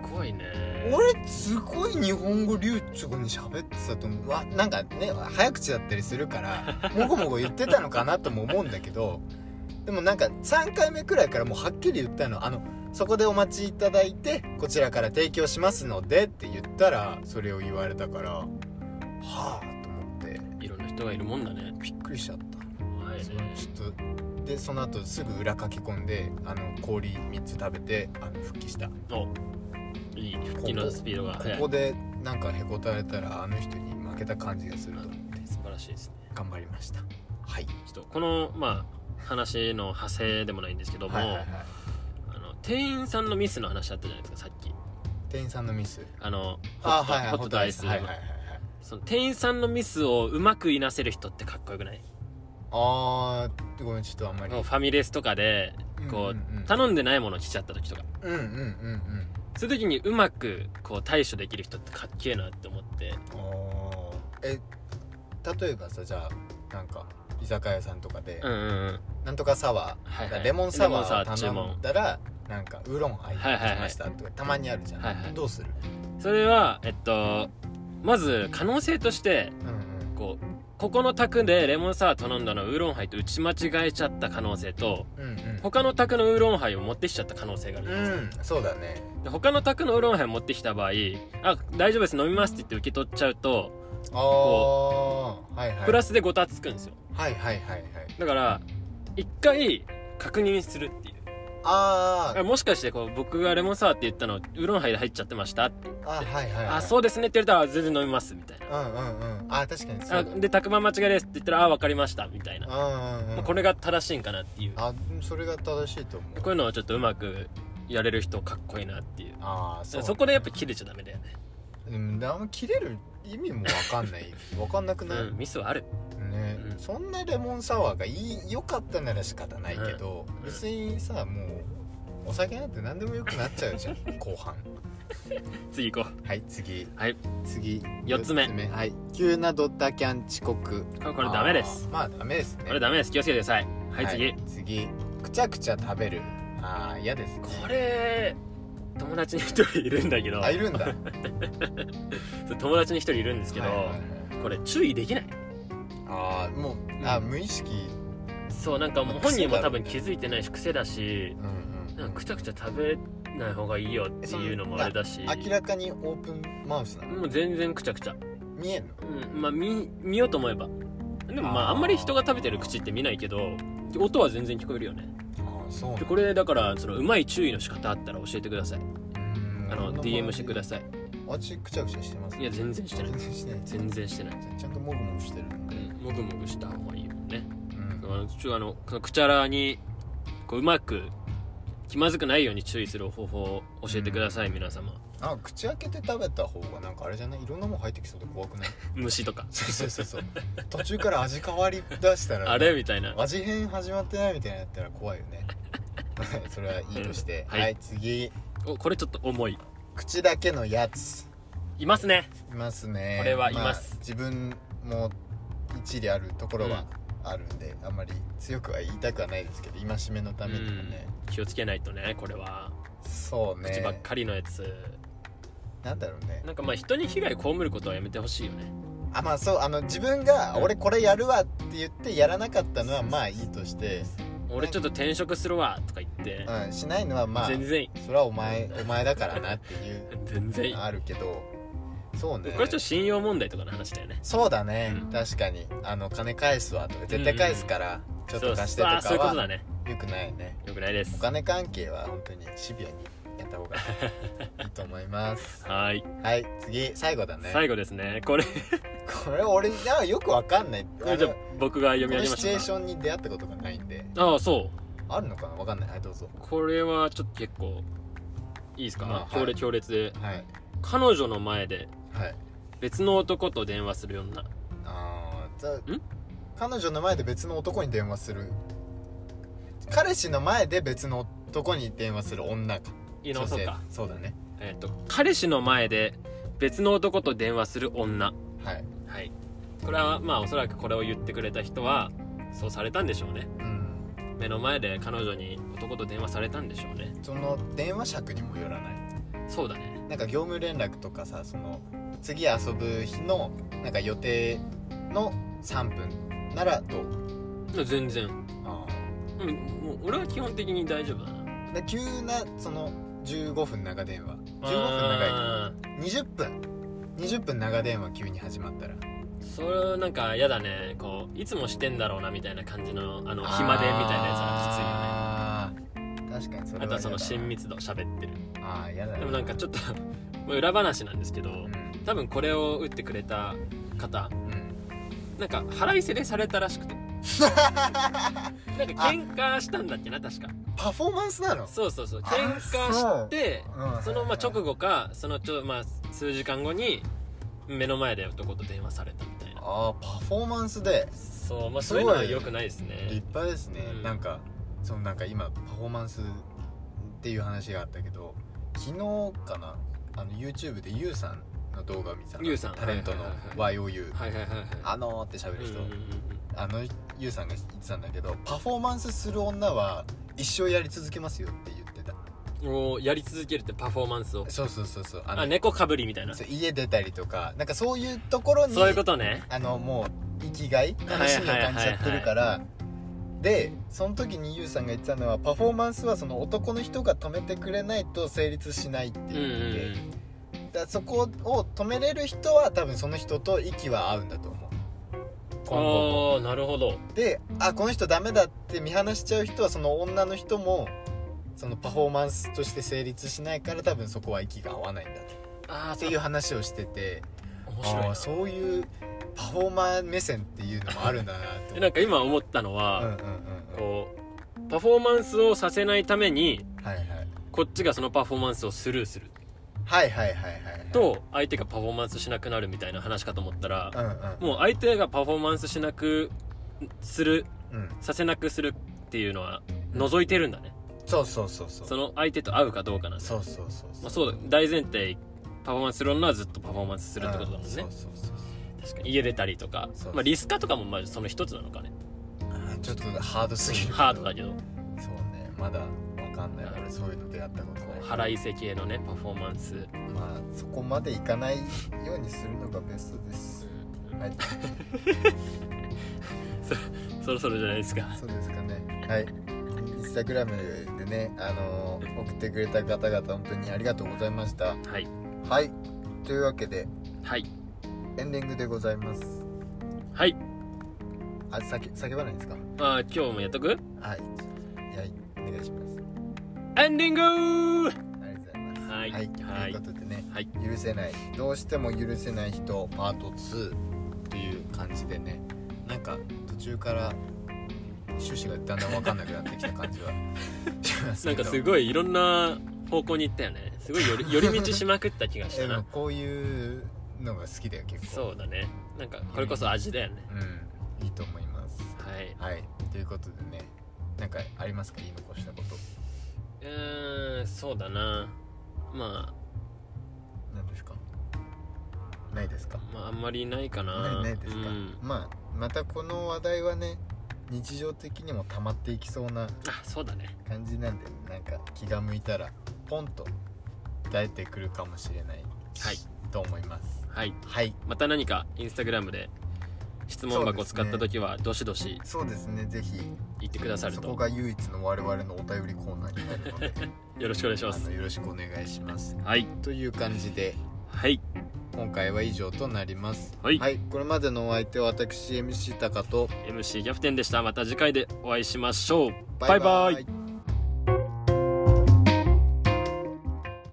Speaker 2: ごいね。
Speaker 1: 俺すごい日本語流暢に喋ってたと思う。わなんかね早口だったりするからもごもご言ってたのかなとも思うんだけどでもなんかさんかいめくらいからもうはっきり言ったの。あのそこでお待ちいただいてこちらから提供しますのでって言ったらそれを言われたからはあと思って
Speaker 2: いろんな人がいるもんだね。
Speaker 1: びっくりしちゃった。
Speaker 2: はいね。
Speaker 1: そのちょっとでその後すぐ裏書き込んであの氷みっつ食べてあの復帰した。
Speaker 2: おいい復帰のスピードが速い。
Speaker 1: ここでなんかへこたれたらあの人に負けた感じがすると思って
Speaker 2: 素晴らしいですね。
Speaker 1: 頑張りました。はい。
Speaker 2: ちょっとこのまあ話の派生でもないんですけども、
Speaker 1: はいはいはい、
Speaker 2: あの店員さんのミスの話あったじゃないですかさっき。
Speaker 1: 店員さんのミス。
Speaker 2: あのホット、
Speaker 1: あはいはい、
Speaker 2: ホットとアイス。
Speaker 1: はいはいはいはい。
Speaker 2: その店員さんのミスをうまくいなせる人ってかっこよくない？
Speaker 1: あーごめんちょっとあんまり。
Speaker 2: ファミレスとかでこう、うんうん、頼んでないもの来ちゃった時とか。
Speaker 1: うんうんうんうん。
Speaker 2: そういう時にうまくこう対処できる人ってかっけえなって思って。
Speaker 1: あえ例えばさじゃあなんか居酒屋さんとかで、
Speaker 2: うんうんうん、
Speaker 1: なんとかサワー、はいはい、レモンサワーを頼んだらなんかウーロン入ってきましたとか、はいはいはい、たまにあるじゃん、はいはい、どうする？
Speaker 2: それはえっとまず可能性として、うんうん、こうここの宅でレモンサワー頼んだのウーロンハイと打ち間違えちゃった可能性と、うんうん、他の宅のウーロンハイを持ってきちゃった可能性があるんですよ、
Speaker 1: うん、そうだね。
Speaker 2: で他の宅のウーロンハイを持ってきた場合あ大丈夫です飲みますって言って受け取っちゃうと
Speaker 1: あこう、はいはい、
Speaker 2: プラスでごたつくんですよ。
Speaker 1: はいはいはいはい。
Speaker 2: だから一回確認するっていう。
Speaker 1: ああ
Speaker 2: もしかしてこう僕がレモンサワーって言ったのウーロンハイで入っちゃってましたって言って、
Speaker 1: あはいはいはい、
Speaker 2: あそうですねって言ったら全然飲みますみたいな。
Speaker 1: うんうんうんあ確かにそうだ、
Speaker 2: あで宅番間違いですって言ったらあ分かりましたみたいな。
Speaker 1: うんうんうん、
Speaker 2: これが正しいんかなっていう。
Speaker 1: あそれが正しいと思う。
Speaker 2: こういうのをちょっとうまくやれる人かっこいいなっていう。
Speaker 1: あそう、ね、
Speaker 2: そこでやっぱ切れちゃダメだよね。
Speaker 1: うん、あんま切れる意味も分かんない分かんなくない、
Speaker 2: うん、ミスはある
Speaker 1: ね、うん、そんなレモンサワーがいい良かったなら仕方ないけど、うん、別にさもうお酒なんて何でも良くなっちゃうじゃん後半
Speaker 2: 次行こ
Speaker 1: う。はい次
Speaker 2: はい
Speaker 1: 次
Speaker 2: よっつめ
Speaker 1: はい急なドタキャン遅刻。
Speaker 2: これダメです。
Speaker 1: まあダメですね。
Speaker 2: これダメです。気をつけてください。はい、はい、次
Speaker 1: 次くちゃくちゃ食べる。ああ嫌ですね。
Speaker 2: これ友達に一人いるんだけど
Speaker 1: あいるんだ
Speaker 2: 友達に一人いるんですけど、はいはいはい、これ注意できない。
Speaker 1: ああもう、うん、あ無意識。
Speaker 2: そうなんかもう本人も多分気づいてないし癖だし、うんうん、なんかくちゃくちゃ食べない方がいいよっていうのもあれだし
Speaker 1: 明らかにオープンマウスなの？
Speaker 2: もう全然くちゃくちゃ
Speaker 1: 見えんの？
Speaker 2: うんまあ 見, 見ようと思えばでもまああんまり人が食べてる口って見ないけど音は全然聞こえるよね。
Speaker 1: あそう
Speaker 2: でこれだからそのうまい注意の仕方あったら教えてください。あの ディーエム してください。
Speaker 1: あっちくちゃくちゃしてます？
Speaker 2: いや全然してない
Speaker 1: 全然してない
Speaker 2: 全然してない
Speaker 1: ちゃんともぐもぐしてるんで、
Speaker 2: うん、もぐもぐした方がいいよね。うん、ちょあのこのくちゃらにこううまく気まずくないように注意する方法を教えてください、うん、皆様。
Speaker 1: あ口開けて食べた方がなんかあれじゃない？いろんなもん入ってきそうで怖くない？
Speaker 2: 虫とか
Speaker 1: そうそうそうそう途中から味変わり出したら
Speaker 2: あれみたいな
Speaker 1: 味変始まってないみたいなやったら怖いよねそれはいいとして、うん、はい、はい、次
Speaker 2: おこれちょっと重い。
Speaker 1: 口だけのやつ
Speaker 2: いますね。
Speaker 1: いますね。
Speaker 2: これはいます、
Speaker 1: まあ、自分も一理あるところはあるんで、うん、あんまり強くは言いたくはないですけど戒めのためにもね、
Speaker 2: うん、気をつけないとね。これは
Speaker 1: そうね
Speaker 2: 口ばっかりのやつ
Speaker 1: なんだろうね。
Speaker 2: なんかまあ人に被害被ることはやめてほしいよね。
Speaker 1: あまあそうあの自分が俺これやるわって言ってやらなかったのはまあいいとして、
Speaker 2: 俺ちょっと転職するわとか言って、
Speaker 1: うん、しないのはまあ
Speaker 2: 全然
Speaker 1: それはお前お前だからなっていう
Speaker 2: 全然
Speaker 1: あるけどそうね。
Speaker 2: これちょっと信用問題とかの話だよね。
Speaker 1: そうだね、うん、確かにあの金返すわとか絶対返すから、うん、ちょっと貸してとかは
Speaker 2: そういうことだね。
Speaker 1: よくないよね。
Speaker 2: よくないです。
Speaker 1: お金関係は本当にシビアにやった方がいいと思います
Speaker 2: はい
Speaker 1: はい次最後だね。
Speaker 2: 最後ですね。これ
Speaker 1: これ俺なんかよくわかんない。
Speaker 2: じゃあ僕が読み上げました。
Speaker 1: このシチュエーションに出会ったことがないんで。
Speaker 2: ああそう
Speaker 1: あるのかなわかんない。はいどうぞ。
Speaker 2: これはちょっと結構いいですか、まあ、強烈強烈で、
Speaker 1: はい、
Speaker 2: 彼女の前で別の男と電話する女。
Speaker 1: あーん彼女の前で別の男に電話する。彼氏の前で別の男に電話する女か。
Speaker 2: いいのそうか
Speaker 1: そうだね。
Speaker 2: えっと彼氏の前で別の男と電話する女。
Speaker 1: はい
Speaker 2: はい。これはまあおそらくこれを言ってくれた人はそうされたんでしょうね。うん。目の前で彼女に男と電話されたんでしょうね。
Speaker 1: その電話尺にもよらない。
Speaker 2: そうだね。
Speaker 1: なんか業務連絡とかさ、その次遊ぶ日のなんか予定のさんぷんならどう？
Speaker 2: 全然。
Speaker 1: あ
Speaker 2: うん、もう俺は基本的に大丈夫だな。
Speaker 1: で急なそのじゅうごふん長電話、じゅうごふん長いかにじゅっぷんにじゅっぷん長電話急に始まったら、
Speaker 2: それなんか嫌だね。こういつもしてんだろうなみたいな感じのあの暇でみたいなやつは
Speaker 1: きついよね。確かにそれは嫌だ。
Speaker 2: あとはその親密度喋ってる。
Speaker 1: ああ嫌だ。
Speaker 2: でもなんかちょっと裏話なんですけど、
Speaker 1: うん、
Speaker 2: 多分これを打ってくれた方、
Speaker 1: うん、
Speaker 2: なんか腹いせでされたらしくてなんか喧嘩したんだっけな、確か。
Speaker 1: パフォーマンスなの？
Speaker 2: そうそうそう、喧嘩してそ,、
Speaker 1: うん、
Speaker 2: そのまあ直後かそのちょ、まあ、数時間後に目の前で男と電話されたみたいな。
Speaker 1: ああパフォーマンスで。
Speaker 2: そう、まあそういうのは良くないですね。
Speaker 1: 立派ですね、
Speaker 2: うん、
Speaker 1: なんかそのなんか今パフォーマンスっていう話があったけど、昨日かな、あの YouTube でユウさんの動画を見てたの。
Speaker 2: ユウさん、
Speaker 1: タレントの ワイオーユー、
Speaker 2: はいはいはいはい、
Speaker 1: あのーって喋る人、
Speaker 2: うんうんうん、
Speaker 1: あのユウさんが言ってたんだけど、パフォーマンスする女は一生やり続けますよって言ってた。
Speaker 2: おやり続けるってパフォーマンスを。
Speaker 1: そうそうそうそう、
Speaker 2: あのあ猫かぶりみたいな。
Speaker 1: 家出たりとか、なんかそういうところに
Speaker 2: そういうことね。
Speaker 1: あのもう生きがい楽しみを感じちゃってるから、はいはいはいはい、でその時にユウさんが言ってたのは、パフォーマンスはその男の人が止めてくれないと成立しないって言って、うんうんうん、だからそこを止めれる人は多分その人と息は合うんだと思う。
Speaker 2: ああなるほど。
Speaker 1: で、あこの人ダメだって見放しちゃう人は、その女の人もそのパフォーマンスとして成立しないから、多分そこは息が合わないんだと、あっていう話をしてて、
Speaker 2: 面白いな。
Speaker 1: そういうパフォーマー目線っていうのもあるんだなって
Speaker 2: なんか今思ったのは、
Speaker 1: うんうんうんうん、
Speaker 2: こうパフォーマンスをさせないために、
Speaker 1: はいはい、
Speaker 2: こっちがそのパフォーマンスをスルーする、
Speaker 1: はいはいはいはい、はい、
Speaker 2: と相手がパフォーマンスしなくなるみたいな話かと思ったら、
Speaker 1: うんうん、
Speaker 2: もう相手がパフォーマンスしなくする、うん、させなくするっていうのは除いてるんだね、
Speaker 1: うん、そうそうそうそう、
Speaker 2: その相手と合うかどうかなんだ。
Speaker 1: そうそうそうそう、
Speaker 2: まあ、そう大前提パフォーマンスする女はずっとパフォーマンスするってことだもんね、うん、そうそうそう、確かに家出たりとか、まあ、リスカとかもまあその一つなのかね。
Speaker 1: あちょっとハードすぎる、
Speaker 2: ハードだけど、
Speaker 1: そうね、まだわかんない、俺そういうの出会ったことない。
Speaker 2: 腹いせ系のねパフォーマンス、
Speaker 1: まあそこまでいかないようにするのがベストです、うん、はい
Speaker 2: そ, そろそろじゃないですか。
Speaker 1: そうですかね。はい、インスタグラムでね、あのー、送ってくれた方々本当にありがとうございました。
Speaker 2: はい
Speaker 1: はい、というわけで、
Speaker 2: はい、
Speaker 1: エンディングでございます。
Speaker 2: はい、
Speaker 1: あ、叫、叫ばないんですか？
Speaker 2: あ、今日もやっとく？
Speaker 1: はい、いや、お願いします。
Speaker 2: エンディングー。
Speaker 1: ありがとうございます。はい、はい、
Speaker 2: はい、
Speaker 1: ということでね、
Speaker 2: はい、
Speaker 1: 許せない、どうしても許せない人パートツーという感じでね、なんか途中から趣旨がだんだん分かんなくなってきた感じはしますけどなん
Speaker 2: かすごいいろんな方向に行ったよね。すごい寄り、寄り道しまくった気がしたな。
Speaker 1: でもこういうのが好きだよ結構。
Speaker 2: そうだね、なんかこれこそ味だよね。
Speaker 1: うん、いいと思います。はい、はい、ということでね、なんかありますか、言い残したこと。
Speaker 2: うーん、そうだな、まあ
Speaker 1: 何ですか？ないですか？
Speaker 2: まああんまりないかな。
Speaker 1: ない、ないですか、うん、まあまたこの話題はね、日常的にも溜まっていきそうな、あ、
Speaker 2: そうだね、
Speaker 1: 感じなんで、なんか気が向いたらポンと出てくるかもしれない、
Speaker 2: はい、
Speaker 1: と思います。
Speaker 2: はい、
Speaker 1: はい、
Speaker 2: また何かインスタグラムで質問箱を使った時はどしどし、
Speaker 1: そうですね、ぜひ
Speaker 2: 言ってくださると、
Speaker 1: そこが唯一の我々のお便りコーナーになるので
Speaker 2: よろしくお願いします。
Speaker 1: あのよろしくお願いします。
Speaker 2: はい、
Speaker 1: という感じで、
Speaker 2: はい、
Speaker 1: 今回は以上となります。
Speaker 2: はい、
Speaker 1: はい、これまでのお相手は私 エムシー タカと
Speaker 2: エムシー キャプテンでした。また次回でお会いしましょう。
Speaker 1: バイバイ。
Speaker 2: バイバイ。